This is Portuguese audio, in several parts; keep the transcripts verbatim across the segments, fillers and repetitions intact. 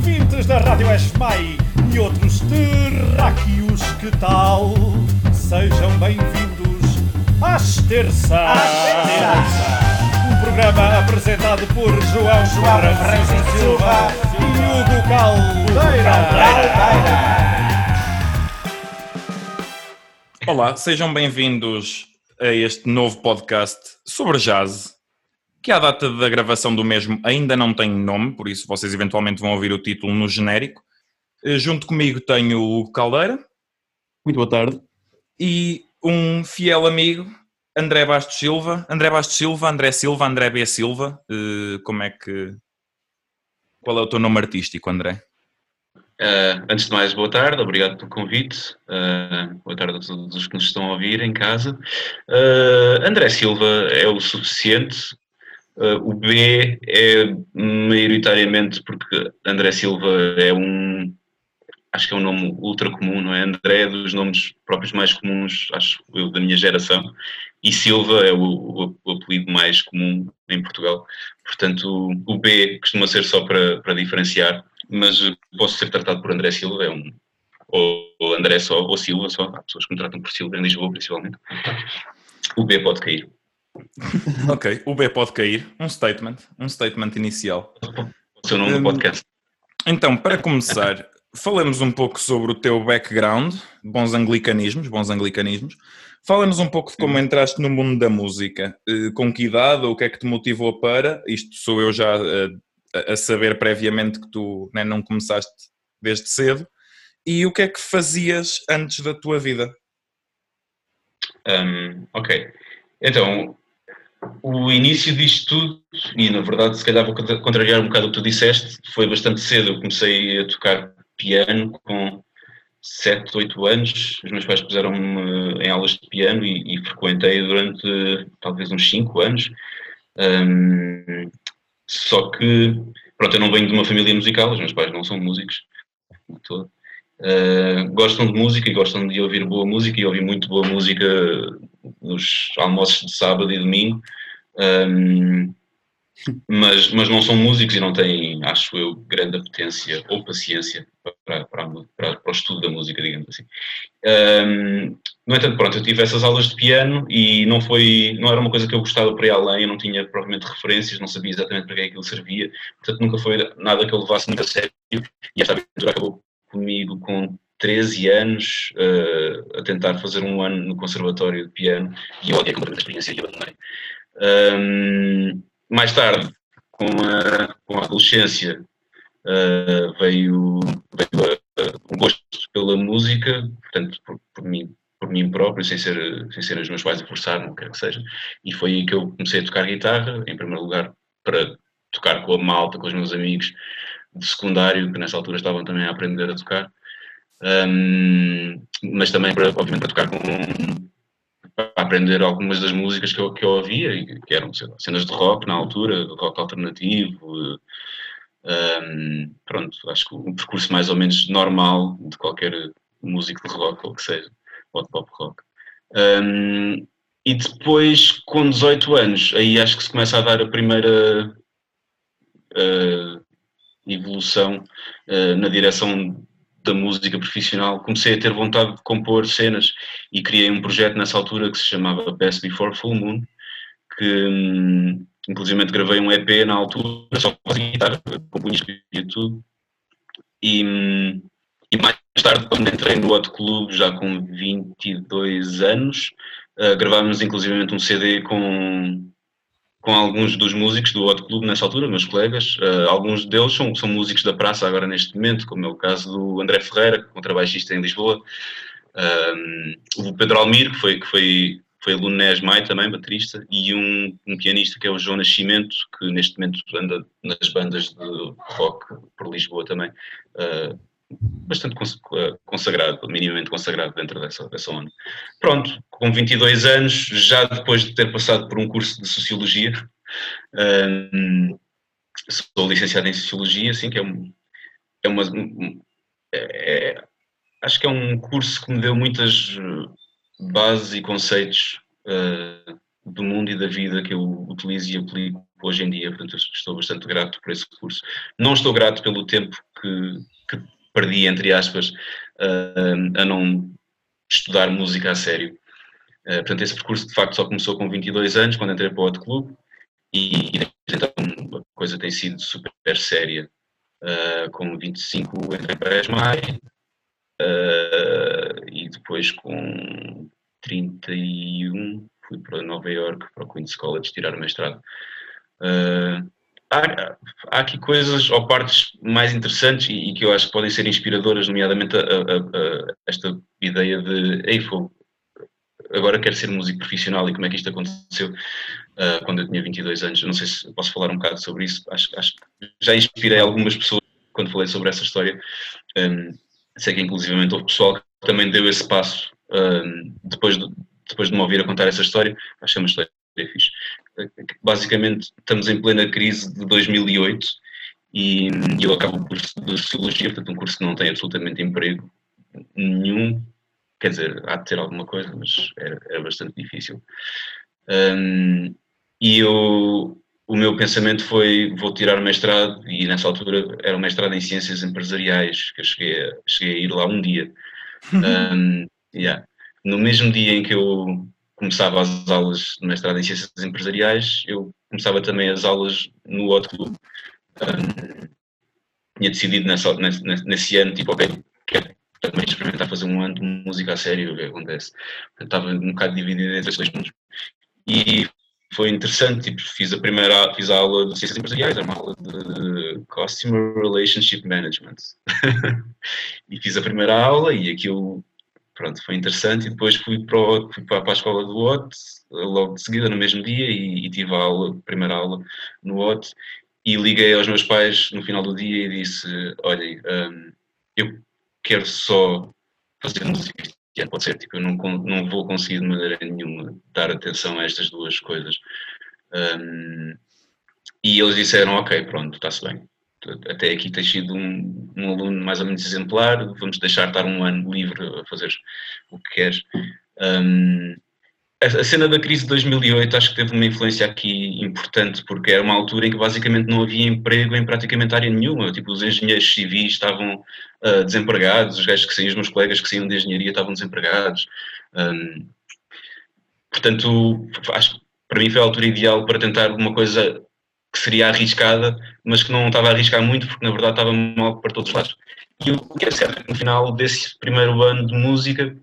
ouvintes da Rádio Esmai e outros terráqueos, que tal? Sejam bem-vindos às terças. Às terças. Um programa apresentado por João João Francisco Silva e Hugo Caldeira. Olá, sejam bem-vindos a este novo podcast sobre jazz, que à data da gravação do mesmo ainda não tem nome, por isso vocês eventualmente vão ouvir o título no genérico. Junto comigo tenho o Hugo Caldeira. Muito boa tarde. E um fiel amigo, André Bastos Silva. André Bastos Silva, André Silva, André B. Silva. Como é que... Qual é o teu nome artístico, André? Uh, antes de mais, boa tarde, obrigado pelo convite. Uh, boa tarde a todos os que nos estão a ouvir em casa. Uh, André Silva é o suficiente. Uh, o B é maioritariamente porque André Silva é um, acho que é um nome ultra comum, não é? André é dos nomes próprios mais comuns, acho eu, da minha geração, e Silva é o, o, o apelido mais comum em Portugal. Portanto, o B costuma ser só para, para diferenciar, mas posso ser tratado por André Silva, é um, ou, ou André só, ou Silva só, há pessoas que me tratam por Silva, em Lisboa principalmente. O B pode cair. Ok, o B pode cair. Um statement, um statement inicial. O seu nome do podcast. Então, para começar, falemos um pouco sobre o teu background, bons anglicanismos, bons anglicanismos. Fala-nos um pouco de como entraste no mundo da música, com que idade, ou o que é que te motivou para, isto sou eu já a, a saber previamente que tu, né, não começaste desde cedo, e o que é que fazias antes da tua vida? Um, ok, então, o início disto tudo, e na verdade se calhar vou contrariar um bocado o que tu disseste, foi bastante cedo. Eu comecei a tocar piano com sete, oito anos. Os meus pais puseram-me em aulas de piano e, e frequentei durante talvez uns cinco anos. Um, só que, pronto, eu não venho de uma família musical, os meus pais não são músicos de todo. Uh, gostam de música e gostam de ouvir boa música, e ouvi muito boa música nos almoços de sábado e domingo, um, mas, mas não são músicos e não têm, acho eu, grande apetência ou paciência para, para, para, para o estudo da música, digamos assim. Um, no entanto, pronto, eu tive essas aulas de piano e não foi, não era uma coisa que eu gostava para ir além, eu não tinha provavelmente referências, não sabia exatamente para que aquilo servia, portanto nunca foi nada que eu levasse muito a sério, e esta aventura acabou comigo com treze anos, uh, a tentar fazer um ano no conservatório de piano, e eu odiei completamente a experiência e abandonei. Um, mais tarde, com a, com a adolescência, uh, veio, veio a, a, um gosto pela música, portanto, por, por, mim, por mim próprio, sem ser, sem ser os meus pais a forçar, não quer que seja, e foi aí que eu comecei a tocar guitarra, em primeiro lugar, para tocar com a malta, com os meus amigos de secundário, que nessa altura estavam também a aprender a tocar, um, mas também, para, obviamente, para tocar com... para aprender algumas das músicas que eu, que eu ouvia, que eram, sei lá, cenas de rock na altura, rock alternativo. Um, pronto, acho que um percurso mais ou menos normal de qualquer músico de rock, ou o que seja, ou de pop rock. Um, e depois, com dezoito anos, aí acho que se começa a dar a primeira uh, evolução uh, na direção da música profissional. Comecei a ter vontade de compor cenas e criei um projeto nessa altura que se chamava Best Before Full Moon, que hum, inclusive gravei um E P na altura, só com guitarra, compunha, escrevia tudo, e, hum, e mais tarde, quando entrei no Hot Club, já com vinte e dois anos, uh, gravámos inclusive um C D com com alguns dos músicos do Hot Club nessa altura, meus colegas. Uh, alguns deles são, são músicos da praça agora neste momento, como é o caso do André Ferreira, que é um contrabaixista em Lisboa, uh, o Pedro Almir, que foi, que foi, foi aluno na ESMAI também, baterista, e um, um pianista que é o João Nascimento, que neste momento anda nas bandas de rock por Lisboa também, uh, bastante consagrado, minimamente consagrado dentro dessa, dessa onda. Pronto, com vinte e dois anos, já depois de ter passado por um curso de Sociologia, um, sou licenciado em Sociologia, assim, que é, um, é uma... É, acho que é um curso que me deu muitas bases e conceitos uh, do mundo e da vida que eu utilizo e aplico hoje em dia, portanto eu estou bastante grato por esse curso. Não estou grato pelo tempo que, que perdi, entre aspas, uh, a não estudar música a sério. Uh, portanto, esse percurso de facto só começou com vinte e dois anos, quando entrei para o Hot Club, e, e desde então a coisa tem sido super séria. Uh, com vinte e cinco entrei para a ESMAI, uh, e depois com trinta e um fui para Nova York, para o Queen's College, tirar o mestrado. Uh, há, há aqui coisas ou partes mais interessantes e, e que eu acho que podem ser inspiradoras, nomeadamente a, a, a esta ideia de ei, fogo, agora quero ser músico profissional e como é que isto aconteceu uh, quando eu tinha vinte e dois anos. Eu não sei se posso falar um bocado sobre isso. Acho, acho que já inspirei algumas pessoas quando falei sobre essa história. Um, sei que inclusivamente houve pessoal que também deu esse passo um, depois, de, depois de me ouvir a contar essa história. Acho que é uma história fixe. Basicamente estamos em plena crise de dois mil e oito e eu acabo o curso de Sociologia, portanto um curso que não tem absolutamente emprego nenhum. Quer dizer, há de ter alguma coisa, mas era, era bastante difícil. Um, e eu, o meu pensamento foi, vou tirar o mestrado, e nessa altura era o mestrado em Ciências Empresariais, que eu cheguei a, cheguei a ir lá um dia. Um, yeah. No mesmo dia em que eu começava as aulas de mestrado em Ciências Empresariais, eu começava também as aulas no Hot Club. Um, tinha decidido nessa, nesse, nesse ano, tipo, ok, quero também experimentar fazer um ano de música a sério, o que acontece. Eu estava um bocado dividido entre esses dois mundos. E foi interessante, tipo, fiz a primeira fiz a aula de Ciências Empresariais, era uma aula de Customer Relationship Management. E fiz a primeira aula e aquilo, pronto, foi interessante. E depois fui para, o, fui para a escola do O T, logo de seguida, no mesmo dia, e, e tive a aula, a primeira aula no O T. E liguei aos meus pais no final do dia e disse, olhem, um, eu quero só fazer música este ano, pode ser, tipo, eu não, não vou conseguir de maneira nenhuma dar atenção a estas duas coisas. Um, e eles disseram, ok, pronto, está-se bem. Até aqui tens sido um, um aluno mais ou menos exemplar, vamos deixar estar um ano livre a fazer o que queres. Um, a cena da crise de dois mil e oito acho que teve uma influência aqui importante, porque era uma altura em que basicamente não havia emprego em praticamente área nenhuma. Tipo, os engenheiros civis estavam uh, desempregados, os gajos que saíam, os meus colegas que saíam de engenharia estavam desempregados. Um, portanto, acho que para mim foi a altura ideal para tentar uma coisa que seria arriscada, mas que não estava a arriscar muito, porque na verdade estava mal para todos os lados. E o que é certo, no final desse primeiro ano de música,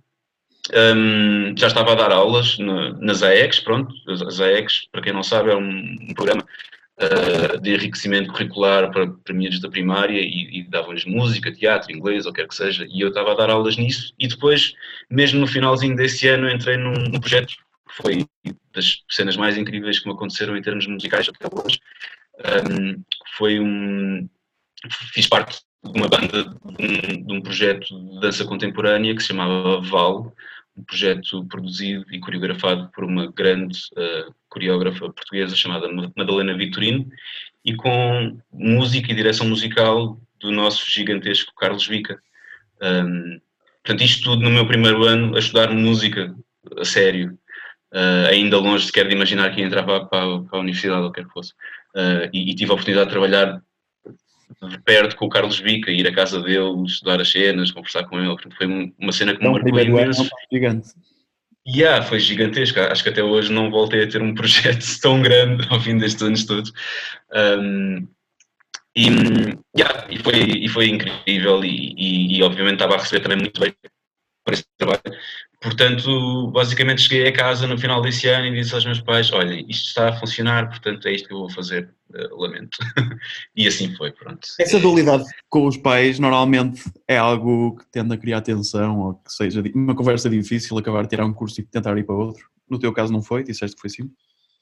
Um, já estava a dar aulas na, nas A E Cs, pronto, as A E Cs, para quem não sabe, é um, um programa uh, de enriquecimento curricular para, para miúdos da primária e, e davam-lhes música, teatro, inglês, ou o que quer que seja, e eu estava a dar aulas nisso, e depois, mesmo no finalzinho desse ano, entrei num, num projeto que foi das cenas mais incríveis que me aconteceram em termos musicais até hoje. Um, foi um... Fiz parte de uma banda, de um, de um projeto de dança contemporânea que se chamava Val, um projeto produzido e coreografado por uma grande uh, coreógrafa portuguesa chamada Madalena Vitorino e com música e direção musical do nosso gigantesco Carlos Vica. Um, portanto, isto tudo no meu primeiro ano a estudar música a sério, uh, ainda longe sequer de imaginar que ia entrar para, para, para a universidade ou o que quer que fosse. Uh, e, e tive a oportunidade de trabalhar de perto com o Carlos Vica, ir à casa dele, estudar as cenas, conversar com ele. Portanto, foi uma cena que me Então, marcou primeiro imenso. ano gigante. E yeah, foi gigantesco. Acho que até hoje não voltei a ter um projeto tão grande ao fim destes anos todos. Um, e, yeah, e, foi, e foi incrível e, e, e obviamente estava a receber também muito bem por esse trabalho. Portanto, basicamente cheguei a casa no final desse ano e disse aos meus pais, olhem, isto está a funcionar, portanto é isto que eu vou fazer, uh, lamento. E assim foi, pronto. Essa dualidade com os pais normalmente é algo que tende a criar tensão ou que seja uma conversa difícil, acabar de tirar um curso e tentar ir para outro. No teu caso não foi? Disseste que foi simples?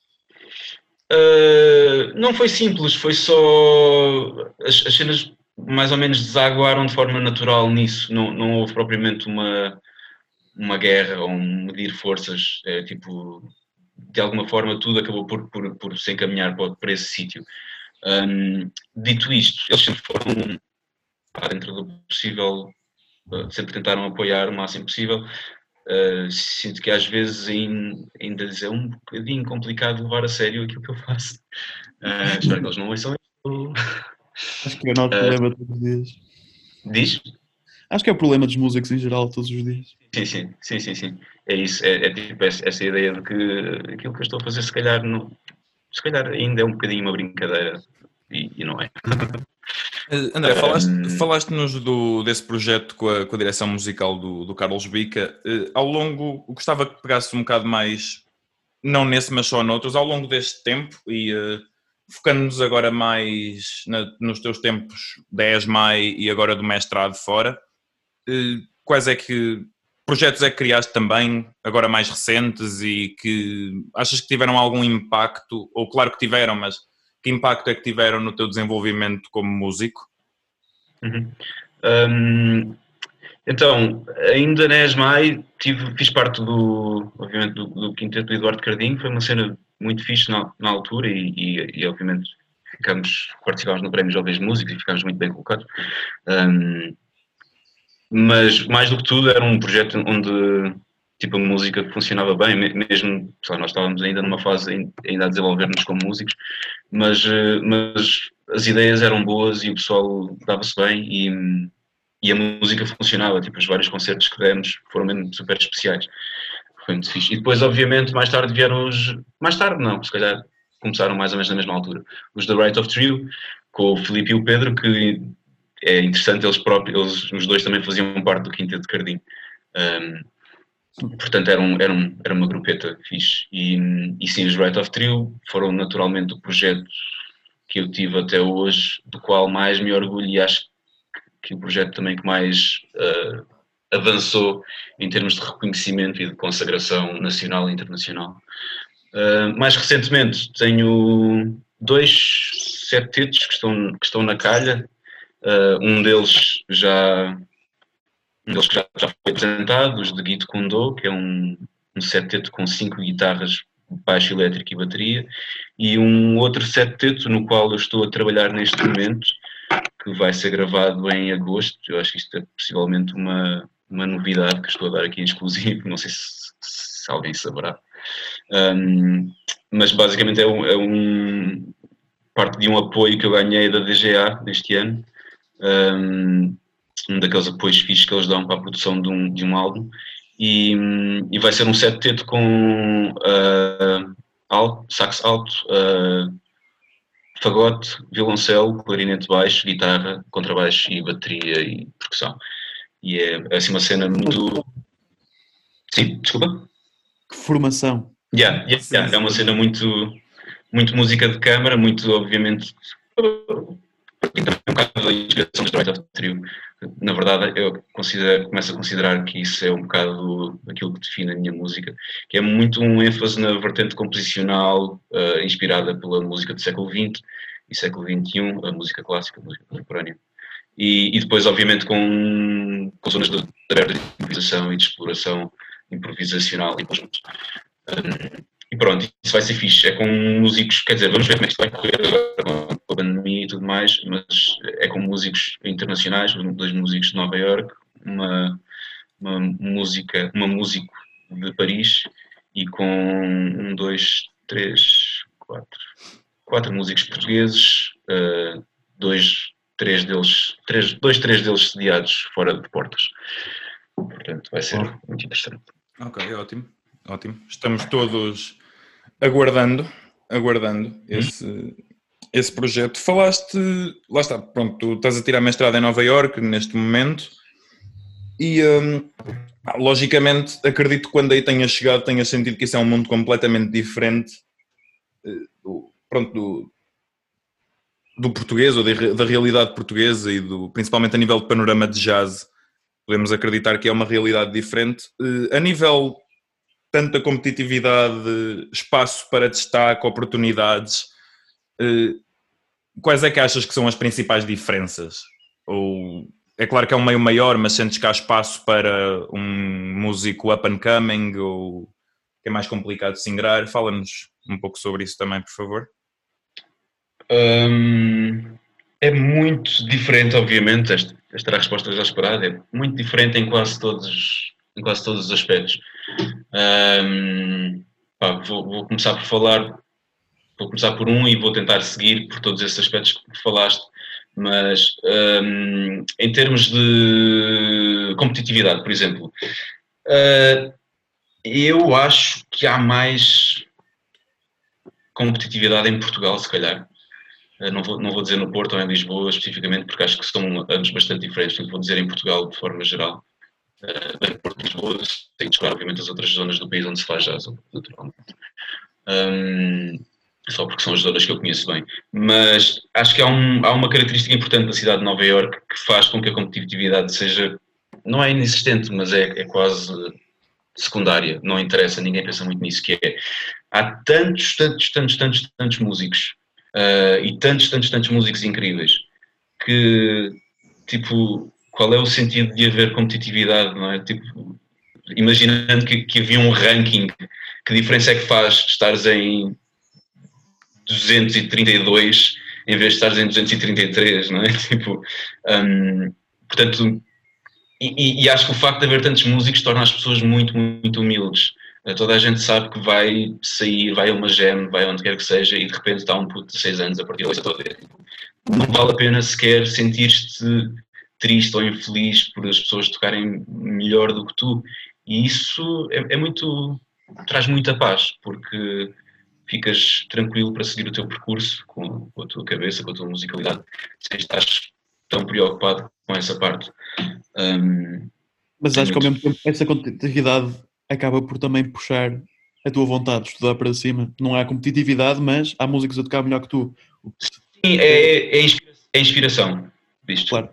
Uh, não foi simples, foi só... As, as cenas mais ou menos desaguaram de forma natural nisso, não, não houve propriamente uma... uma guerra ou um medir forças, é, tipo, de alguma forma tudo acabou por, por, por se encaminhar para, para esse sítio. Um, dito isto, eles sempre foram, dentro do possível, sempre tentaram apoiar o máximo possível. uh, sinto que às vezes ainda, ainda lhes é um bocadinho complicado levar a sério aquilo que eu faço. Uh, espero que eles não ouçam isto. Acho que é o nosso problema todos os dias. Diz? Acho que é o problema dos músicos em geral todos os dias. Sim, sim, sim, sim, sim. É isso, é, é tipo essa, essa ideia de que aquilo que eu estou a fazer se calhar, não, se calhar ainda é um bocadinho uma brincadeira e, e não é. Uh, André, falaste, falaste-nos do, desse projeto com a, com a direção musical do, do Carlos Bica. Uh, ao longo, eu gostava que pegasse um bocado mais, não nesse, mas só noutros, ao longo deste tempo e uh, focando-nos agora mais na, nos teus tempos da ESMAI e agora do mestrado fora, uh, quais é que projetos é que criaste também, agora mais recentes e que achas que tiveram algum impacto, ou claro que tiveram, mas que impacto é que tiveram no teu desenvolvimento como músico? Uhum. Um, então, ainda na ESMAI tive, fiz parte do, obviamente, do, do quinteto do Eduardo Cardinho, foi uma cena muito fixe na, na altura e, e, e, obviamente, ficámos, participámos no Prémio Jovens Músicos e ficámos muito bem colocados. Um, mas, mais do que tudo, era um projeto onde tipo, a música funcionava bem, mesmo, sei lá, nós estávamos ainda numa fase ainda a desenvolver-nos como músicos, mas, mas as ideias eram boas e o pessoal dava-se bem e, e a música funcionava, tipo, os vários concertos que demos foram mesmo super especiais, foi muito fixe. E depois, obviamente, mais tarde vieram os, mais tarde não, se calhar começaram mais ou menos na mesma altura, os The Right of Trio, com o Filipe e o Pedro, que é interessante, eles próprios, eles, os dois também faziam parte do Quinteto de Cardim. Um, portanto, era, um, era, um, era uma grupeta fixe. E, e sim, os Right of Trio foram naturalmente o projeto que eu tive até hoje, do qual mais me orgulho e acho que o projeto também que mais uh, avançou em termos de reconhecimento e de consagração nacional e internacional. Uh, mais recentemente tenho dois setetos que estão, que estão na calha. Uh, um deles já um deles que já, já foi apresentado, os de Guito Kondo, que é um, um seteto com cinco guitarras, baixo elétrico e bateria, e um outro seteto no qual eu estou a trabalhar neste momento, que vai ser gravado em agosto. Eu acho que isto é possivelmente uma, uma novidade que estou a dar aqui em exclusivo, não sei se, se alguém saberá. Um, mas basicamente é um, é um parte de um apoio que eu ganhei da D G A neste ano, um, um daqueles apoios fixos que eles dão para a produção de um, de um álbum, e, e vai ser um seteto com uh, alto, sax alto, uh, fagote, violoncelo, clarinete baixo, guitarra, contrabaixo e bateria e percussão. E é, é assim uma cena muito... Sim, desculpa? Que formação! Yeah, yeah, yeah. É uma cena muito, muito música de câmara, muito, obviamente, e também um bocado da inspiração dos Right of Trio. Na verdade, eu considero, começo a considerar que isso é um bocado aquilo que define a minha música, que é muito um ênfase na vertente composicional, uh, inspirada pela música do século vinte e século vinte e um, a música clássica, a música contemporânea. E, e depois, obviamente, com, com zonas de aberta de improvisação e de exploração improvisacional em conjunto. Um, e pronto, isso vai ser fixe. É com músicos, quer dizer, vamos ver como é que isto vai correr agora com a pandemia e tudo mais, mas é com músicos internacionais, dois músicos de Nova Iorque, uma, uma música, uma músico de Paris e com um, dois, três, quatro, quatro músicos portugueses, uh, dois, três deles, três, dois, três deles sediados fora de Portas. Portanto, vai ser oh. muito interessante. Ok, ótimo, ótimo. Estamos todos aguardando, aguardando hum. esse, esse projeto. Falaste, lá está, pronto, tu estás a tirar mestrado em Nova Iorque neste momento e, hum, logicamente, acredito que quando aí tenhas chegado tenhas sentido que isso é um mundo completamente diferente do, pronto, do, do português ou de, da realidade portuguesa e do, principalmente a nível de panorama de jazz. Podemos acreditar que é uma realidade diferente. A nível tanto da competitividade, espaço para destaque, oportunidades, quais é que achas que são as principais diferenças? Ou, é claro que é um meio maior, mas sentes que há espaço para um músico up and coming ou que é mais complicado de se ingrar? Fala-nos um pouco sobre isso também, por favor. Hum, é muito diferente, obviamente, esta, esta era a resposta já esperada, é muito diferente em quase todos, em quase todos os aspectos. Um, pá, vou, vou começar por falar, vou começar por um e vou tentar seguir por todos esses aspectos que falaste, mas um, em termos de competitividade, por exemplo, uh, eu acho que há mais competitividade em Portugal, se calhar. Uh, não, vou, não vou dizer no Porto ou em Lisboa especificamente, porque acho que são anos bastante diferentes, portanto vou dizer em Portugal de forma geral. Uh, bem, Porto, Lisboa, tem que descobrir obviamente as outras zonas do país onde se faz jazz, naturalmente. Um, só porque são as zonas que eu conheço bem. Mas acho que há, um, há uma característica importante da cidade de Nova Iorque que faz com que a competitividade seja, não é inexistente, mas é, é quase secundária, não interessa, ninguém pensa muito nisso, que é, há tantos, tantos, tantos, tantos, tantos músicos uh, e tantos, tantos, tantos músicos incríveis que, tipo, qual é o sentido de haver competitividade, não é? Tipo, imaginando que, que havia um ranking, que diferença é que faz estares em duzentos e trinta e dois em vez de estares em duzentos e trinta e três, não é? Tipo, um, portanto, e, e acho que o facto de haver tantos músicos torna as pessoas muito, muito humildes. Toda a gente sabe que vai sair, vai a uma jam, vai onde quer que seja e de repente está um puto de seis anos a partir de toda a vez. Não vale a pena sequer sentir-te triste ou infeliz por as pessoas tocarem melhor do que tu. E isso é, é muito, traz muita paz, porque ficas tranquilo para seguir o teu percurso com, com a tua cabeça, com a tua musicalidade, sem estar tão preocupado com essa parte. Um, Mas acho que ao mesmo tempo essa competitividade acaba por também puxar a tua vontade de estudar para cima. Não há competitividade, mas há músicos a tocar melhor que tu. Sim, é, é, é inspiração, visto. Claro.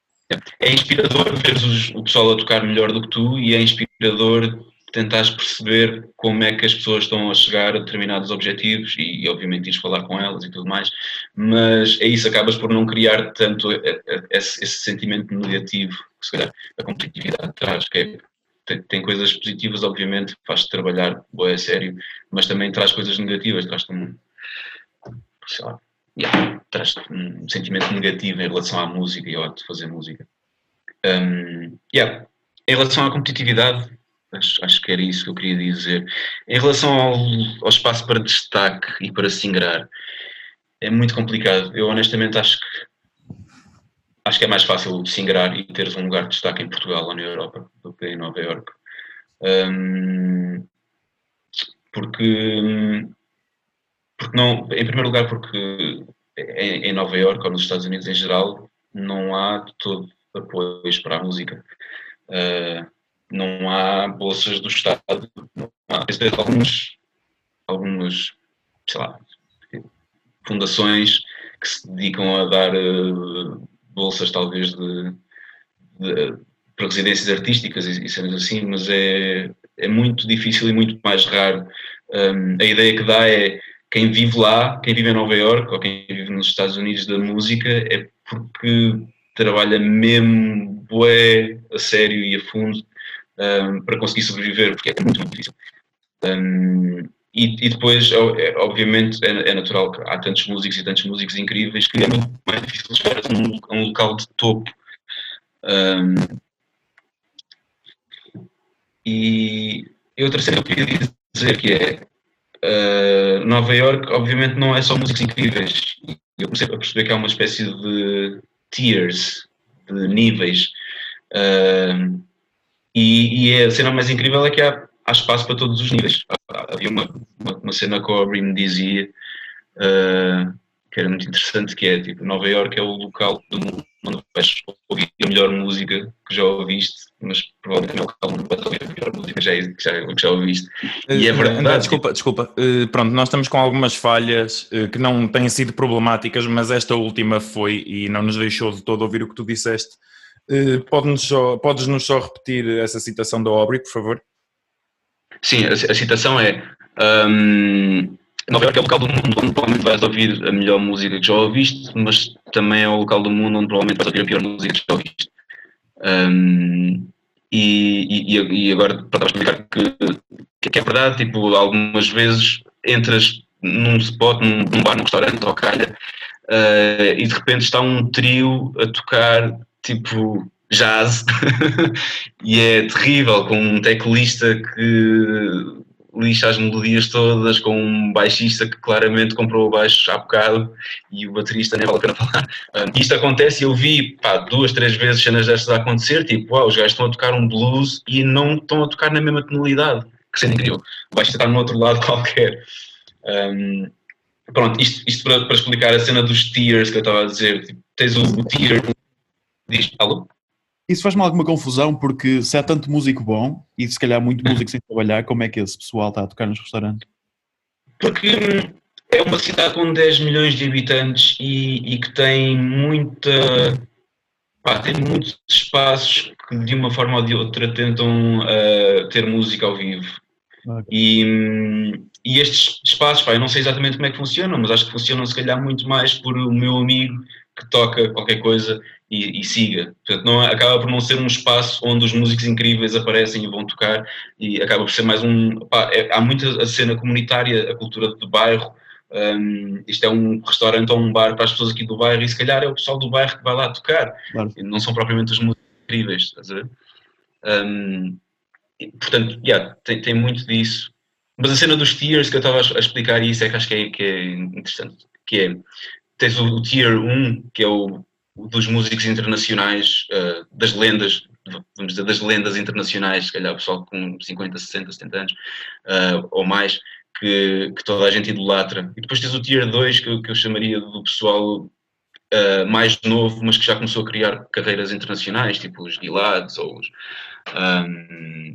É inspirador veres os, o pessoal a tocar melhor do que tu e é inspirador tentares perceber como é que as pessoas estão a chegar a determinados objetivos e, e obviamente ires falar com elas e tudo mais, mas é isso, acabas por não criar tanto esse, esse sentimento negativo que se calhar a competitividade traz, que é, tem, tem coisas positivas, obviamente, faz-te trabalhar, boa, é sério, mas também traz coisas negativas, traz-te um, sei lá, yeah, traz-te um sentimento negativo em relação à música e ao ato de fazer música. Um, yeah. Em relação à competitividade, Acho, acho que era isso que eu queria dizer. Em relação ao, ao espaço para destaque e para se ingrar, é muito complicado. Eu honestamente acho que acho que é mais fácil se ingrar e teres um lugar de destaque em Portugal ou na Europa do que em Nova Iorque. Um, porque, porque não, em primeiro lugar porque em, em Nova Iorque ou nos Estados Unidos em geral não há de todo apoios para a música. Uh, Não há bolsas do Estado, não há algumas, algumas, sei lá, fundações que se dedicam a dar uh, bolsas talvez de, de, para residências artísticas e, e cenas assim, mas é, é muito difícil e muito mais raro. Um, a ideia que dá é quem vive lá, quem vive em Nova Iorque ou quem vive nos Estados Unidos da música é porque trabalha mesmo bué, a sério e a fundo Um, para conseguir sobreviver, porque é muito, muito difícil. Um, e, e depois, é, obviamente, é, é natural que há tantos músicos e tantos músicos incríveis que é muito mais difícil chegar a um, a um local de topo. Um, e, e outra cena que eu queria dizer que é uh, Nova Iorque, obviamente, não é só músicos incríveis. Eu comecei a perceber que há uma espécie de tiers, de níveis. Uh, E, e a cena mais incrível é que há, há espaço para todos os níveis. Havia uma, uma, uma cena que o Aubrey me dizia uh, que era muito interessante, que é tipo, Nova Iorque é o local do mundo onde vais ouvir a melhor música que já ouviste, mas provavelmente é o local onde vais ouvir a melhor música que já, que já, que já ouviste. E é verdade. André, desculpa, desculpa. Uh, pronto, nós estamos com algumas falhas uh, que não têm sido problemáticas, mas esta última foi e não nos deixou de todo ouvir o que tu disseste. Uh, Podes-nos só, podes-nos só repetir essa citação da Aubrey, por favor? Sim, a, a citação é um, Nova Iorque é o local do mundo onde provavelmente vais ouvir a melhor música que já ouviste, mas também é o local do mundo onde provavelmente vais ouvir a pior música que já ouviste. Um, e, e, e agora para explicar que, que é verdade, tipo, algumas vezes entras num spot, num, num bar, num restaurante ou calha, uh, e de repente está um trio a tocar tipo jazz e é terrível, com um teclista que lixa as melodias todas, com um baixista que claramente comprou o baixo há bocado e o baterista nem vale a pena falar. Um, isto acontece e eu vi pá, duas, três vezes cenas destas a acontecer, tipo, uau, os gajos estão a tocar um blues e não estão a tocar na mesma tonalidade, que sendo incrível. O baixista está no outro lado qualquer. Um, pronto, isto, isto para, para explicar a cena dos tiers que eu estava a dizer, tipo, tens o, o tier, diz, alô? Isso faz-me alguma confusão, porque se há tanto músico bom e se calhar muito músico sem trabalhar, como é que esse pessoal está a tocar nos restaurantes? Porque é uma cidade com dez milhões de habitantes e, e que tem muita... Pá, tem muitos espaços que de uma forma ou de outra tentam uh, ter música ao vivo. Okay. E, e estes espaços, pá, eu não sei exatamente como é que funcionam, mas acho que funcionam se calhar muito mais por o meu amigo que toca qualquer coisa e, e siga. Portanto, não, acaba por não ser um espaço onde os músicos incríveis aparecem e vão tocar, e acaba por ser mais um... Pá, é, há muita a cena comunitária, a cultura de bairro. Um, isto é um restaurante ou um bar para as pessoas aqui do bairro e se calhar é o pessoal do bairro que vai lá tocar. Claro. Não são propriamente os músicos incríveis, estás a ver? Um, e, portanto, yeah, tem, tem muito disso. Mas a cena dos tiers que eu estava a explicar, e isso é que acho que é, que é interessante, que é, tens o, o tier um, que é o, o dos músicos internacionais, uh, das lendas, vamos dizer, das lendas internacionais, se calhar o pessoal com cinquenta, sessenta, setenta anos, uh, ou mais, que, que toda a gente idolatra. E depois tens o tier dois, que, que eu chamaria do pessoal uh, mais novo, mas que já começou a criar carreiras internacionais, tipo os Gilads ou os... Um,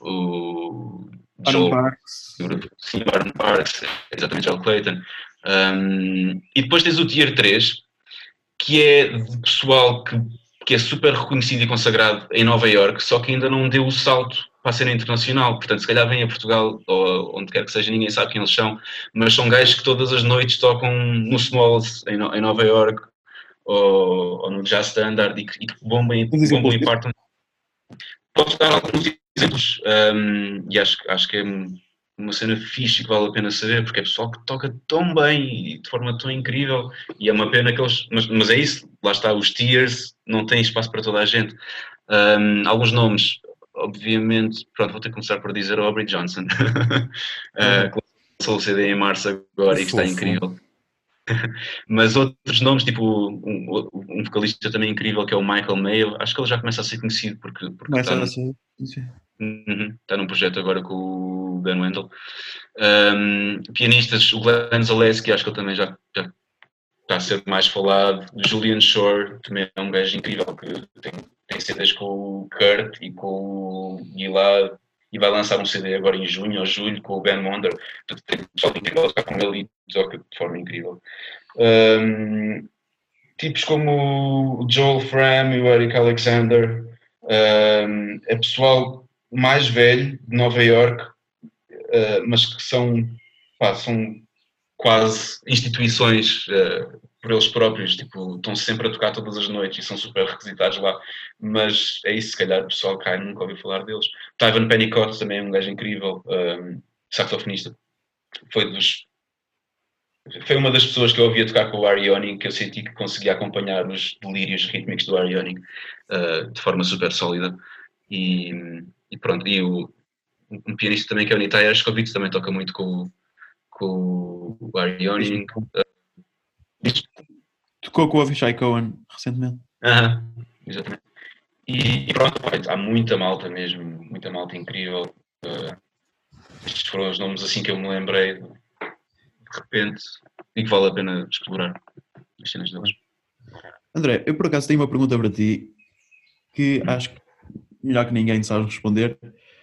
o Joel Parks. Sim, Barton Parks, exatamente, Joel Clayton. Um, e depois tens o tier três, que é de pessoal que, que é super reconhecido e consagrado em Nova Iorque, só que ainda não deu o salto para a cena internacional. Portanto, se calhar vem a Portugal, ou onde quer que seja, ninguém sabe quem eles são, mas são gajos que todas as noites tocam no Smalls, em, em Nova Iorque, ou, ou no Jazz Standard, e que, e que bombam, bombam e partam. Posso dar alguns exemplos, um, e acho, acho que é uma cena fixe que vale a pena saber, porque é pessoal que toca tão bem e de forma tão incrível, e é uma pena que eles... Mas, mas é isso, lá está, os tiers não têm espaço para toda a gente. Um, alguns nomes, obviamente, pronto, vou ter que começar por dizer o Aubrey Johnson, uh, que lançou o C D em março agora e que está incrível. Mas outros nomes, tipo um, um vocalista também incrível que é o Michael Mayo, acho que ele já começa a ser conhecido porque, porque está, no, uhum, está num projeto agora com o Ben Wendell. Um, pianistas, o Glenn Zaleski, acho que ele também já, já está a ser mais falado. Julian Shore, também é um gajo incrível que tem, tem C Ds com o Kurt e com o Gilad, e vai lançar um C D agora em junho ou julho com o Ben Wonder. Portanto, tem pessoal incrível a tocar com ele e toca de forma incrível. Um, tipos como o Joel Fram e o Eric Alexander, um, é pessoal mais velho de Nova Iorque, uh, mas que são, pá, são quase instituições uh, por eles próprios, tipo, estão sempre a tocar todas as noites e são super requisitados lá, mas é isso, se calhar o pessoal cai, nunca ouviu falar deles. Tyvan Pennicott também é um gajo incrível, um, saxofonista, foi dos... Foi uma das pessoas que eu ouvia tocar com o Ari Yoning, que eu senti que conseguia acompanhar os delírios rítmicos do Ari Yoning uh, de forma super sólida. E, e pronto, e o, um pianista também que é o Nitai Ershkovitz, também toca muito com, com o Ari Yoning. Uh, Tocou com o Avishai Cohen recentemente. Aham, uh-huh, exatamente. E, e pronto, há muita malta mesmo, muita malta incrível. Uh, estes foram os nomes assim que eu me lembrei de repente, e que vale a pena explorar as cenas deles. André, eu por acaso tenho uma pergunta para ti que acho que melhor que ninguém sabe responder.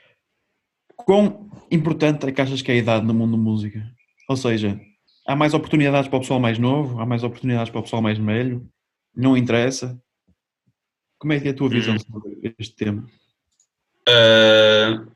Quão importante é que achas que é a idade no mundo da música? Ou seja, há mais oportunidades para o pessoal mais novo? Há mais oportunidades para o pessoal mais velho? Não interessa? Como é que é a tua visão hum. sobre este tema? Uh,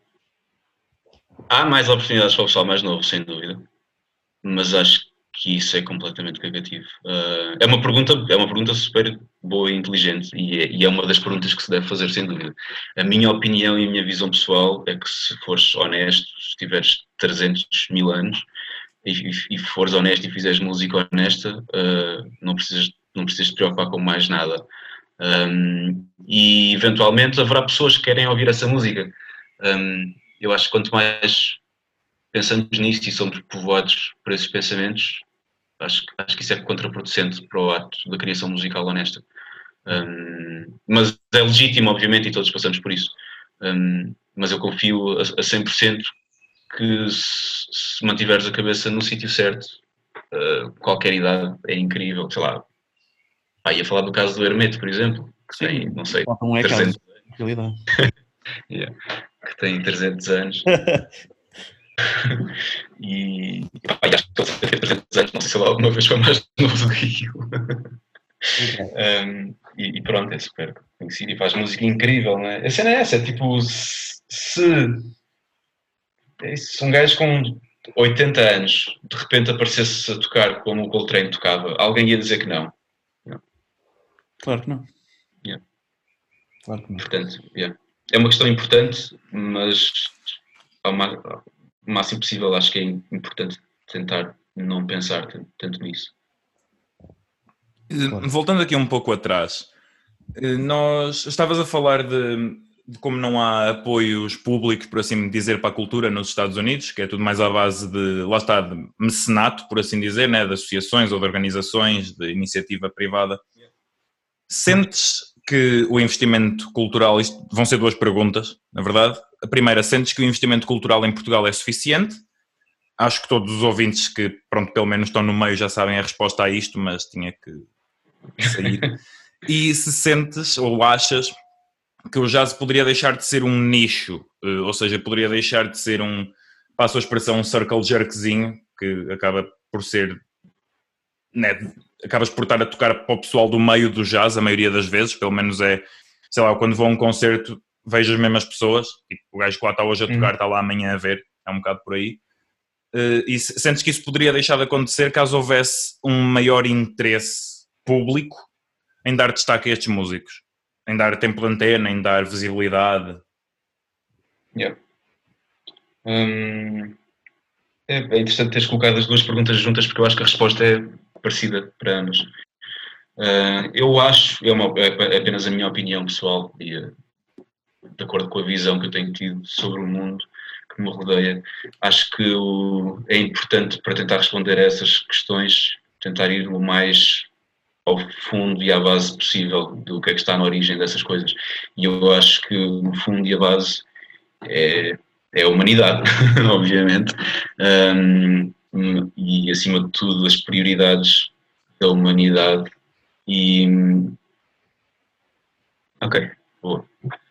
há mais oportunidades para o pessoal mais novo, sem dúvida. Mas acho que isso é completamente cagativo. Uh, é, uma pergunta, é uma pergunta super boa e inteligente e é, e é uma das perguntas que se deve fazer, sem dúvida. A minha opinião e a minha visão pessoal é que se fores honesto, se tiveres trezentos mil anos e, e, e fores honesto e fizeres música honesta, uh, não, precisas, não precisas te preocupar com mais nada. Um, e eventualmente haverá pessoas que querem ouvir essa música. Um, eu acho que quanto mais pensamos nisso e somos povoados por esses pensamentos, acho, acho que isso é contraproducente para o ato da criação musical honesta. Um, mas é legítimo, obviamente, e todos passamos por isso. Um, mas eu confio a, a cem por cento que se, se mantiveres a cabeça no sítio certo, uh, qualquer idade é incrível. Sei lá, ah, ia falar do caso do Hermeto, por exemplo, que Sim, tem, não sei, não é trezentos, caso, na realidade. yeah, que tem trezentos anos. E, pá, e acho que ele tem trezentos anos, não sei se ele alguma vez foi mais novo do que eu. um, e, e pronto, é super conhecido e faz música incrível, não é? A cena é essa, é tipo, se, se um gajo com oitenta anos de repente aparecesse a tocar como o Coltrane tocava, alguém ia dizer que não. não. Claro que não. Yeah. Claro que não. Portanto, yeah. É uma questão importante, mas ao máximo possível acho que é importante tentar não pensar tanto nisso. Claro. Voltando aqui um pouco atrás, nós estavas a falar de, de como não há apoios públicos, por assim dizer, para a cultura nos Estados Unidos, que é tudo mais à base de, lá está, de mecenato, por assim dizer, né, de associações ou de organizações, de iniciativa privada. Sentes que o investimento cultural, isto vão ser duas perguntas, na verdade. A primeira, sentes que o investimento cultural em Portugal é suficiente? Acho que todos os ouvintes que, pronto, pelo menos estão no meio já sabem a resposta a isto, mas tinha que sair. E se sentes ou achas que o jazz poderia deixar de ser um nicho, ou seja, poderia deixar de ser um, passo a expressão, um circle jerkzinho, que acaba por ser, né, acabas por estar a tocar para o pessoal do meio do jazz, a maioria das vezes, pelo menos é, sei lá, quando vou a um concerto vejo as mesmas pessoas, e o gajo que lá está hoje a tocar, uhum. está lá amanhã a ver, é um bocado por aí. Uh, e sentes que isso poderia deixar de acontecer caso houvesse um maior interesse público em dar destaque a estes músicos, em dar tempo de antena, em dar visibilidade? Yeah. Hum, é, é interessante teres colocado as duas perguntas juntas, porque eu acho que a resposta é parecida para ambas. Uh, eu acho, é, uma, é apenas a minha opinião pessoal e uh, de acordo com a visão que eu tenho tido sobre o mundo que me rodeia, acho que o, é importante para tentar responder a essas questões, tentar ir o mais ao fundo e à base possível do que é que está na origem dessas coisas. E eu acho que o fundo e a base é, é a humanidade, obviamente, um, e acima de tudo as prioridades da humanidade. E ok, boa.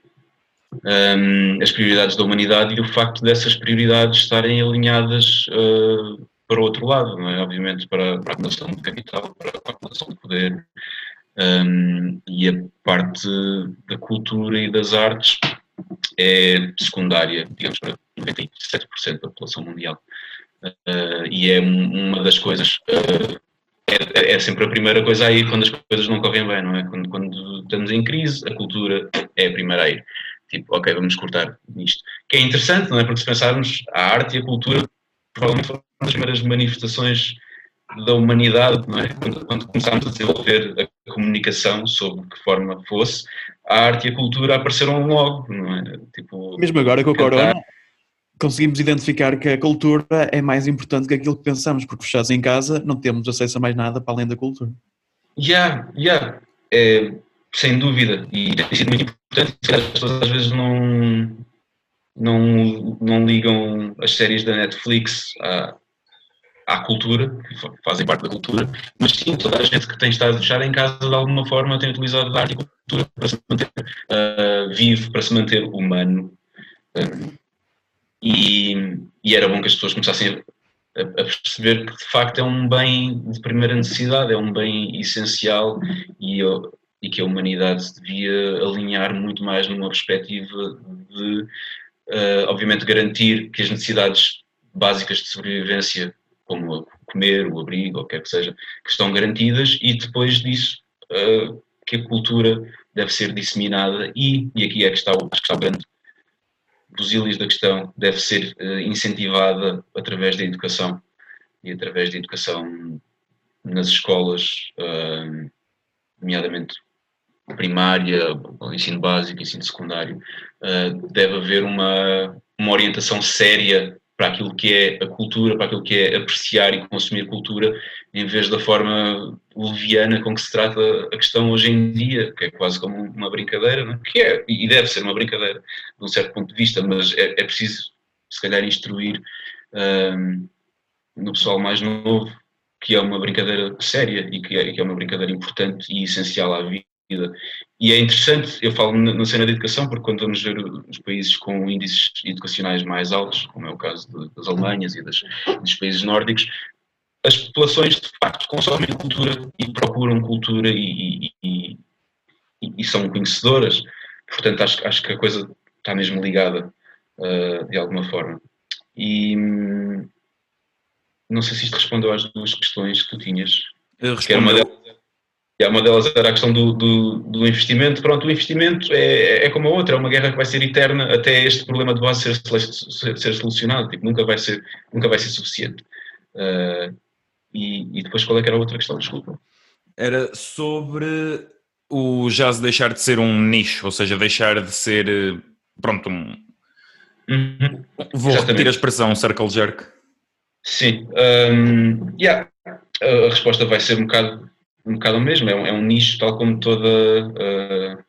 Um, as prioridades da humanidade e o facto dessas prioridades estarem alinhadas uh, para o outro lado, não é? Obviamente para, para a acumulação de capital, para a acumulação de poder, um, e a parte da cultura e das artes é secundária, digamos, para noventa e sete por cento da população mundial. Uh, e é uma das coisas, uh, é, é sempre a primeira coisa a ir quando as coisas não correm bem, não é? Quando, quando estamos em crise, a cultura é a primeira a ir. Tipo, ok, vamos cortar nisto. Que é interessante, não é? Porque se pensarmos, a arte e a cultura provavelmente foram as primeiras manifestações da humanidade, não é? Quando, quando começámos a desenvolver a comunicação, sobre que forma fosse, a arte e a cultura apareceram logo, não é? Tipo, mesmo agora com o corona, conseguimos identificar que a cultura é mais importante que aquilo que pensamos, porque fechados em casa não temos acesso a mais nada para além da cultura. Já, yeah, já. Yeah. É, sem dúvida. E tem sido muito importante. As pessoas às vezes não, não, não ligam as séries da Netflix à, à cultura, que fazem parte da cultura, mas sim, toda a gente que tem estado fechada em casa de alguma forma tem utilizado a arte e a cultura para se manter uh, vivo, para se manter humano. Um, e, e era bom que as pessoas começassem a, a perceber que de facto é um bem de primeira necessidade, é um bem essencial e, e que a humanidade devia alinhar muito mais numa perspectiva de, uh, obviamente, garantir que as necessidades básicas de sobrevivência, como o comer, o abrigo, ou o que quer que seja, que estão garantidas, e depois disso uh, que a cultura deve ser disseminada e, e aqui é que está o, que está o grande busilis da questão, deve ser uh, incentivada através da educação e através da educação nas escolas, uh, nomeadamente primária, ensino básico, ensino secundário, uh, deve haver uma, uma orientação séria para aquilo que é a cultura, para aquilo que é apreciar e consumir cultura, em vez da forma leviana com que se trata a questão hoje em dia, que é quase como uma brincadeira, não é? Que é, e deve ser uma brincadeira, de um certo ponto de vista, mas é, é preciso, se calhar, instruir um, no pessoal mais novo que é uma brincadeira séria e que é, que é uma brincadeira importante e essencial à vida. E é interessante, eu falo na cena da educação, porque quando vamos ver os países com índices educacionais mais altos, como é o caso de, das Alemanhas e das, dos países nórdicos, as populações de facto consomem cultura e procuram cultura e, e, e, e são conhecedoras. Portanto, acho, acho que a coisa está mesmo ligada uh, de alguma forma. E hum, não sei se isto respondeu às duas questões que tu tinhas. Que era uma delas, e uma delas era a questão do, do, do investimento. Pronto, o investimento é, é como a outra, é uma guerra que vai ser eterna até este problema de base ser, ser, ser solucionado. Tipo, nunca vai ser, nunca vai ser suficiente. Uh, e, e depois qual é que era a outra questão? Desculpa. Era sobre o jazz deixar de ser um nicho, ou seja, deixar de ser, pronto, um... Uhum. Vou Exatamente. repetir a expressão, circle jerk. Sim. Um, yeah. A resposta vai ser um bocado um bocado o mesmo, é um, é um nicho tal como toda uh,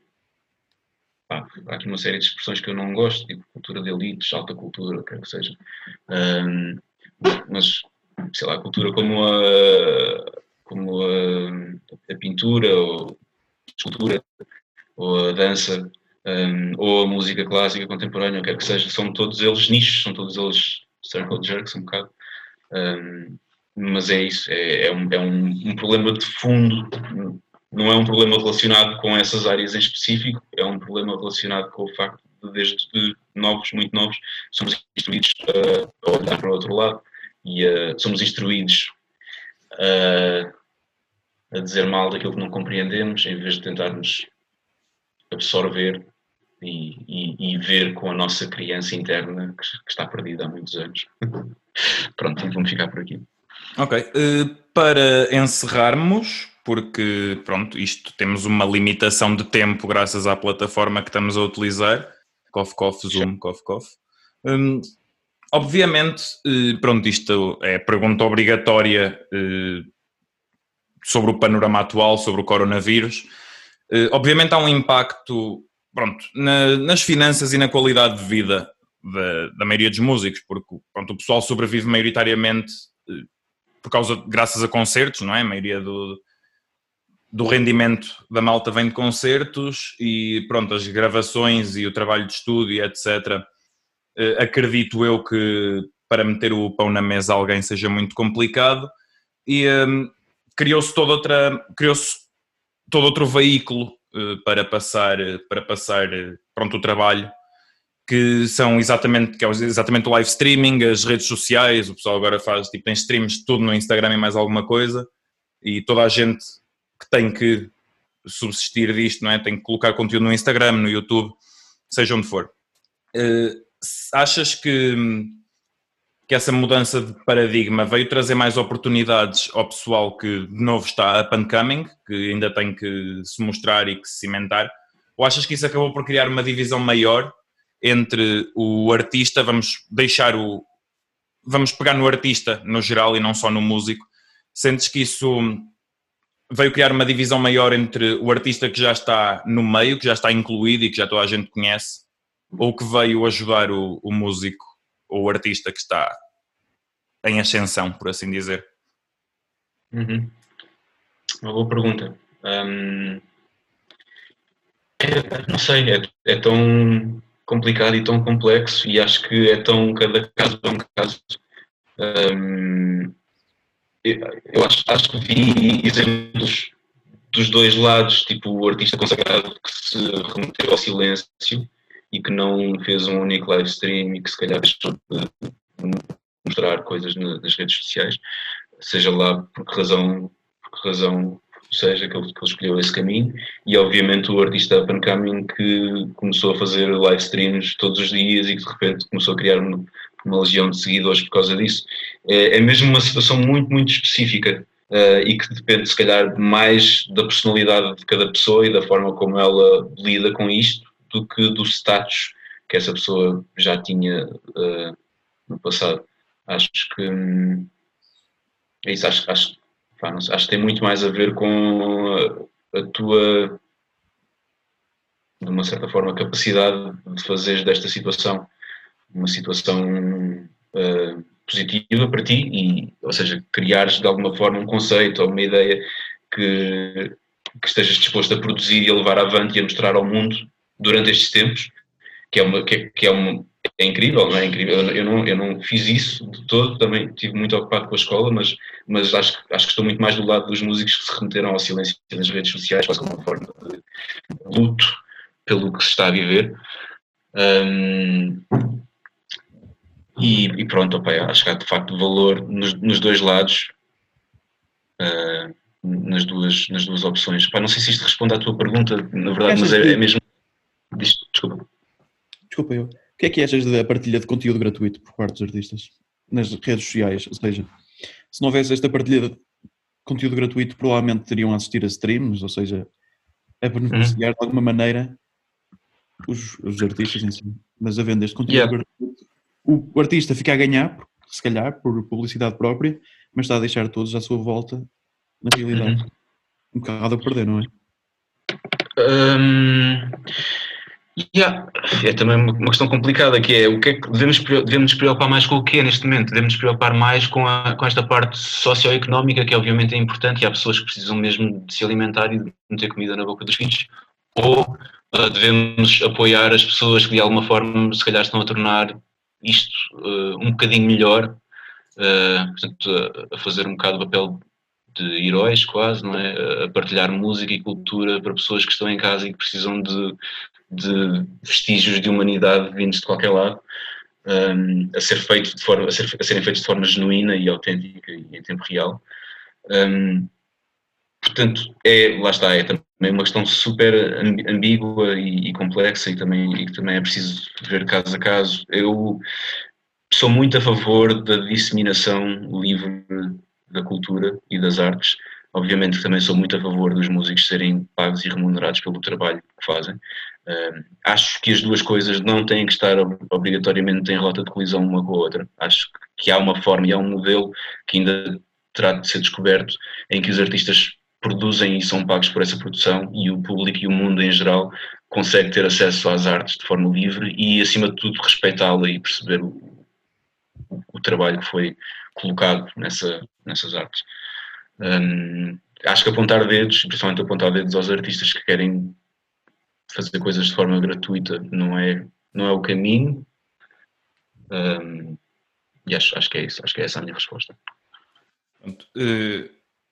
pá, há aqui uma série de expressões que eu não gosto, tipo cultura de elites, alta cultura, quer que seja, um, mas sei lá, cultura como a como a, a pintura ou a escultura ou a dança um, ou a música clássica contemporânea, quer que seja, são todos eles nichos, são todos eles circle jerks um bocado. Um, mas é isso, é, é, um, é um, um problema de fundo, não é um problema relacionado com essas áreas em específico, é um problema relacionado com o facto de, desde de novos, muito novos, somos instruídos uh, a olhar para o outro lado e uh, somos instruídos uh, a dizer mal daquilo que não compreendemos, em vez de tentarmos absorver e, e, e ver com a nossa criança interna que, que está perdida há muitos anos. Pronto, vamos ficar por aqui. Ok, uh, para encerrarmos, porque pronto, isto temos uma limitação de tempo graças à plataforma que estamos a utilizar, cof, cof, zoom, cof, cof. Um, obviamente, uh, pronto, isto é pergunta obrigatória uh, sobre o panorama atual, sobre o coronavírus. Uh, obviamente há um impacto, pronto, na, nas finanças e na qualidade de vida da, da maioria dos músicos, porque pronto, o pessoal sobrevive maioritariamente uh, por causa, graças a concertos, não é? A maioria do, do rendimento da malta vem de concertos e pronto, as gravações e o trabalho de estúdio, etcétera. Uh, acredito eu que para meter o pão na mesa alguém seja muito complicado e um, criou-se toda outra, criou-se todo outro veículo uh, para passar, para passar pronto, o trabalho, que são exatamente, que é exatamente o live streaming, as redes sociais, o pessoal agora faz, tipo, tem streams de tudo no Instagram e mais alguma coisa, e toda a gente que tem que subsistir disto, não é? Tem que colocar conteúdo no Instagram, no YouTube, seja onde for. Uh, achas que, que essa mudança de paradigma veio trazer mais oportunidades ao pessoal que de novo está up and coming, que ainda tem que se mostrar e que se cimentar, ou achas que isso acabou por criar uma divisão maior entre o artista, vamos deixar o... vamos pegar no artista no geral e não só no músico? Sentes que isso veio criar uma divisão maior entre o artista que já está no meio, que já está incluído e que já toda a gente conhece, ou que veio ajudar o, o músico ou o artista que está em ascensão, por assim dizer? Uhum. Uma boa pergunta. Hum, é, não sei, é, é tão complicado e tão complexo, e acho que é tão, cada caso é um caso. Um, eu eu acho, acho que vi exemplos dos dois lados, tipo o artista consagrado que se remeteu ao silêncio e que não fez um único live stream e que se calhar deixou de mostrar coisas nas redes sociais, seja lá por que razão, por que razão seja que ele, que ele escolheu esse caminho, e obviamente o artista up and coming que começou a fazer live streams todos os dias e que de repente começou a criar uma, uma legião de seguidores por causa disso. É, é mesmo uma situação muito, muito específica uh, e que depende, se calhar, mais da personalidade de cada pessoa e da forma como ela lida com isto do que do status que essa pessoa já tinha uh, no passado. Acho que hum, é isso, acho, acho, pá, não sei, acho que tem muito mais a ver com a, a tua, de uma certa forma, capacidade de fazeres desta situação uma situação uh, positiva para ti, e, ou seja, criares de alguma forma um conceito ou uma ideia que, que estejas disposto a produzir e a levar avante e a mostrar ao mundo durante estes tempos, que é, uma, que é, que é, uma, é incrível, não é incrível? Eu, eu, não, eu não fiz isso de todo, também estive muito ocupado com a escola, mas, mas acho, acho que estou muito mais do lado dos músicos que se remeteram ao silêncio nas redes sociais, quase como uma forma de luto pelo que se está a viver. Um, E, e pronto, opa, acho que há de facto valor nos, nos dois lados, uh, nas, duas, nas duas opções. Opa, não sei se isto responde à tua pergunta, na verdade, mas é, que... é mesmo. Desculpa. Desculpa eu. O que é que achas da partilha de conteúdo gratuito por parte dos artistas nas redes sociais? Ou seja, se não houvesse esta partilha de conteúdo gratuito, provavelmente teriam a assistir a streams, ou seja, a beneficiar uhum. de alguma maneira os, os artistas em si. Mas havendo este conteúdo yeah. gratuito, o artista fica a ganhar, se calhar, por publicidade própria, mas está a deixar todos à sua volta, na realidade, uhum. um bocado a perder, não é? Um, yeah. É também uma questão complicada, que é o que é que devemos, devemos nos preocupar mais com o que é neste momento? Devemos nos preocupar mais com, a, com esta parte socioeconómica, que obviamente é importante, e há pessoas que precisam mesmo de se alimentar e de meter comida na boca dos filhos, ou uh, devemos apoiar as pessoas que de alguma forma se calhar estão a tornar isto uh, um bocadinho melhor, uh, portanto, a, a fazer um bocado o papel de heróis quase, não é? A partilhar música e cultura para pessoas que estão em casa e que precisam de, de vestígios de humanidade vindos de qualquer lado, um, a, ser feito de forma, a, ser, a serem feitos de forma genuína e autêntica e em tempo real. Um, portanto, é, lá está, é também uma questão super ambígua e, e complexa e, também, e que também é preciso ver caso a caso. Eu sou muito a favor da disseminação livre da cultura e das artes. Obviamente que também sou muito a favor dos músicos serem pagos e remunerados pelo trabalho que fazem. Uh, acho que as duas coisas não têm que estar obrigatoriamente em rota de colisão uma com a outra. Acho que há uma forma e há um modelo que ainda terá de ser descoberto, em que os artistas produzem e são pagos por essa produção, e o público e o mundo em geral consegue ter acesso às artes de forma livre e, acima de tudo, respeitá-la e perceber o, o, o trabalho que foi colocado nessa, nessas artes. Um, acho que apontar dedos, principalmente apontar dedos aos artistas que querem fazer coisas de forma gratuita, não é, não é o caminho. Um, e acho, acho que é isso, acho que é essa a minha resposta. Pronto, uh,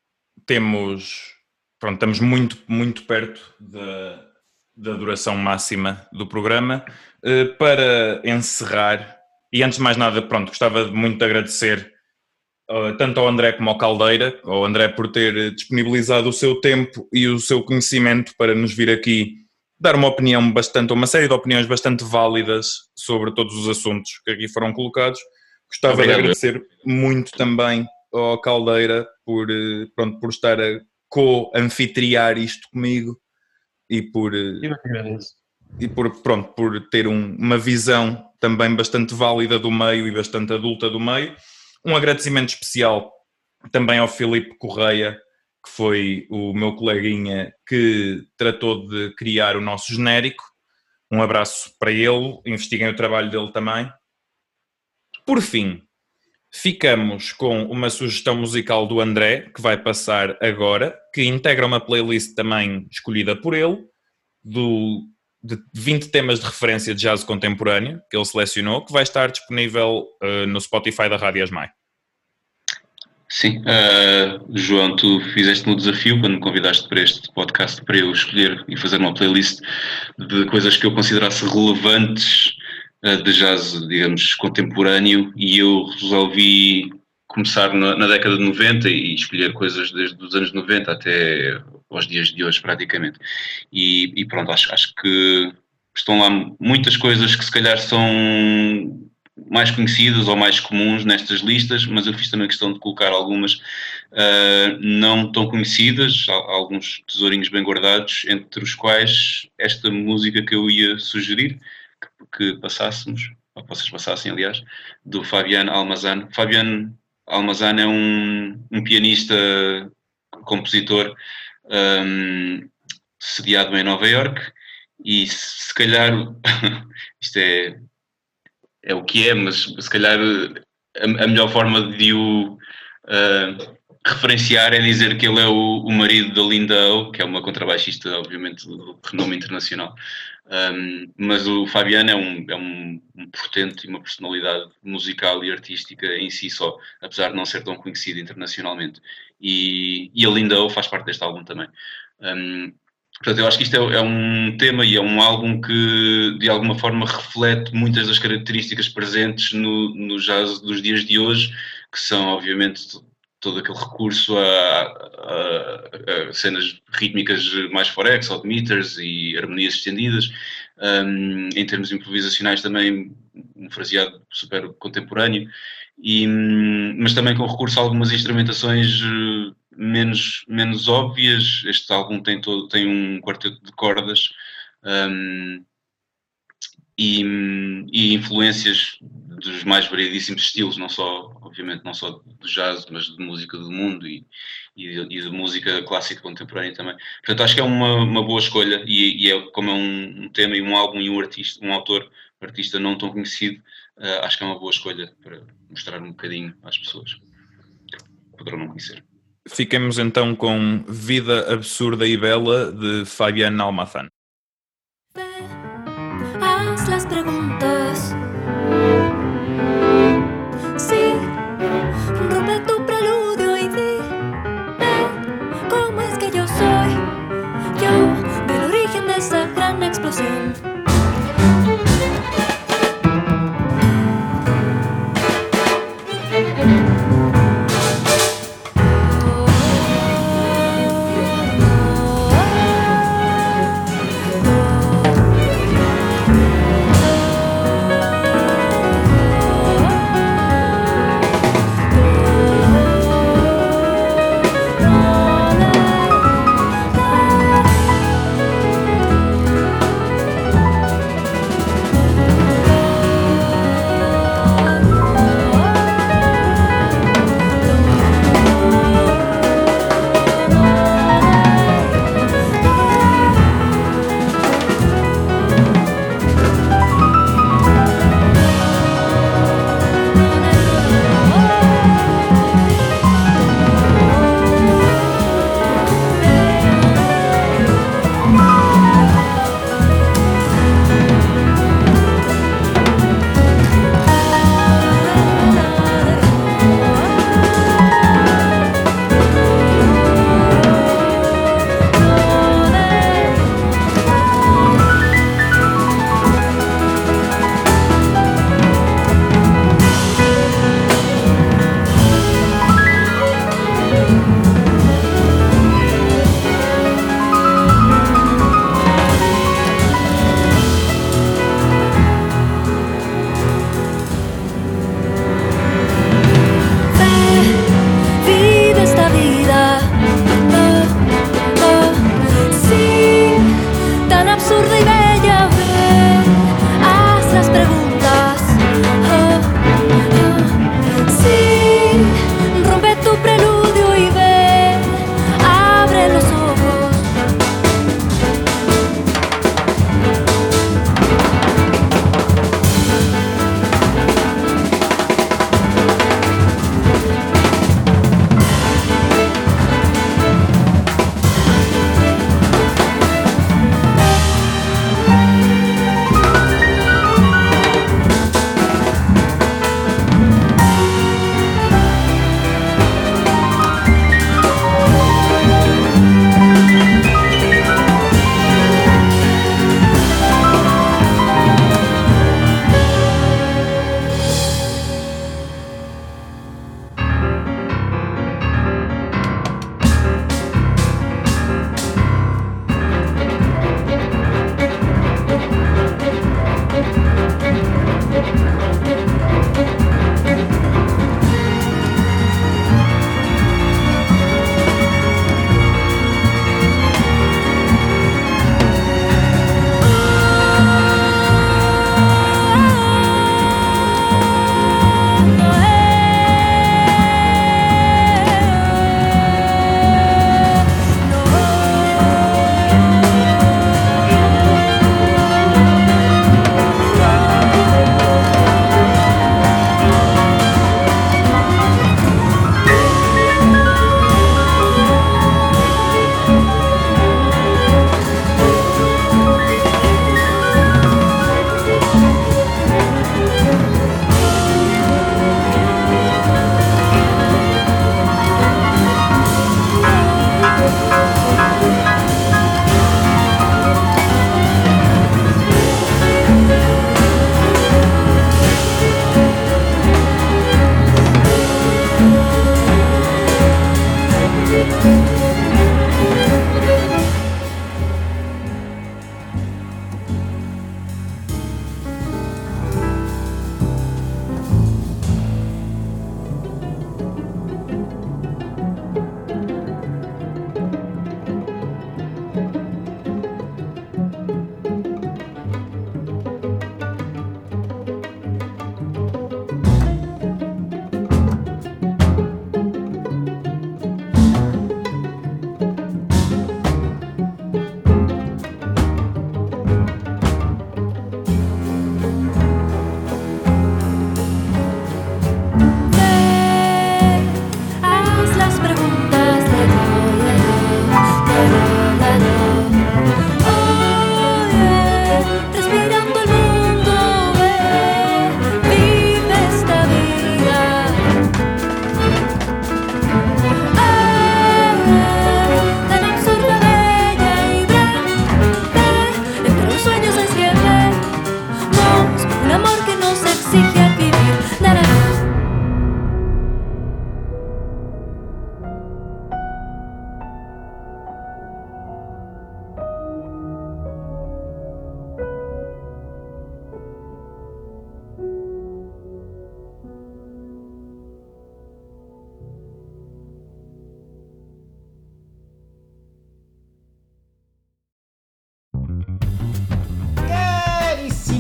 temos, pronto, estamos muito, muito perto da, da duração máxima do programa. Uh, para encerrar, e antes de mais nada, pronto, gostava muito de agradecer uh, tanto ao André como ao Caldeira, ao André por ter disponibilizado o seu tempo e o seu conhecimento para nos vir aqui dar uma opinião bastante, uma série de opiniões bastante válidas sobre todos os assuntos que aqui foram colocados. Gostava Obrigado. de agradecer muito também ao Caldeira por, pronto, por estar a co-anfitriar isto comigo e por, Eu agradeço. e por, pronto, por ter um, uma visão também bastante válida do meio e bastante adulta do meio. Um agradecimento especial também ao Filipe Correia, que foi o meu coleguinha que tratou de criar o nosso genérico. Um abraço para ele, investiguem o trabalho dele também. Por fim, ficamos com uma sugestão musical do André, que vai passar agora, que integra uma playlist também escolhida por ele, do, de vinte temas de referência de jazz contemporâneo, que ele selecionou, que vai estar disponível uh, no Spotify da Rádio Asmai. Sim, uh, João, tu fizeste-me o desafio quando me convidaste para este podcast para eu escolher e fazer uma playlist de coisas que eu considerasse relevantes uh, de jazz, digamos, contemporâneo, e eu resolvi começar na, na década de noventa e escolher coisas desde os anos noventa até aos dias de hoje, praticamente. E, e pronto, acho, acho que estão lá muitas coisas que se calhar são mais conhecidas ou mais comuns nestas listas, mas eu fiz também questão de colocar algumas uh, não tão conhecidas, alguns tesourinhos bem guardados, entre os quais esta música que eu ia sugerir, que, que passássemos, ou que vocês passassem, aliás, do Fabian Almazan. Fabian Almazan é um, um pianista, compositor, um, sediado em Nova Iorque, e se calhar, isto é, é o que é, mas se calhar a, a melhor forma de o uh, referenciar é dizer que ele é o, o marido da Linda O, que é uma contrabaixista, obviamente, de renome internacional. Um, mas o Fabiano é, um, é um, um portento e uma personalidade musical e artística em si só, apesar de não ser tão conhecido internacionalmente. E, e a Linda O faz parte deste álbum também. Um, portanto, eu acho que isto é, é um tema e é um álbum que, de alguma forma, reflete muitas das características presentes no, no jazz dos dias de hoje, que são, obviamente, todo aquele recurso a, a, a cenas rítmicas mais forex, odd meters e harmonias estendidas, um, em termos improvisacionais também um fraseado super contemporâneo, e, mas também com recurso a algumas instrumentações menos, menos óbvias. Este álbum tem, todo, tem um quarteto de cordas um, e, e influências dos mais variedíssimos estilos, não só, obviamente, não só do jazz, mas de música do mundo e, e, de, e de música clássica contemporânea também. Portanto, acho que é uma, uma boa escolha e, e é, como é um, um tema e um álbum e um artista, um autor, artista não tão conhecido, uh, acho que é uma boa escolha para mostrar um bocadinho às pessoas que poderão não conhecer. Fiquemos então com Vida Absurda e Bela, de Fabian Almazan. Haz las preguntas. Sí, rompe tu preludio y dime cómo es que yo soy, yo del origen de esa gran explosión.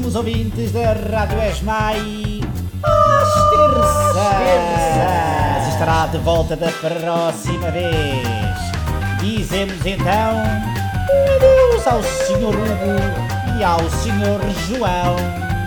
caríssimos ouvintes da Rádio ESMAI, às terças estará de volta da próxima vez. Dizemos então adeus ao senhor Hugo e ao senhor João.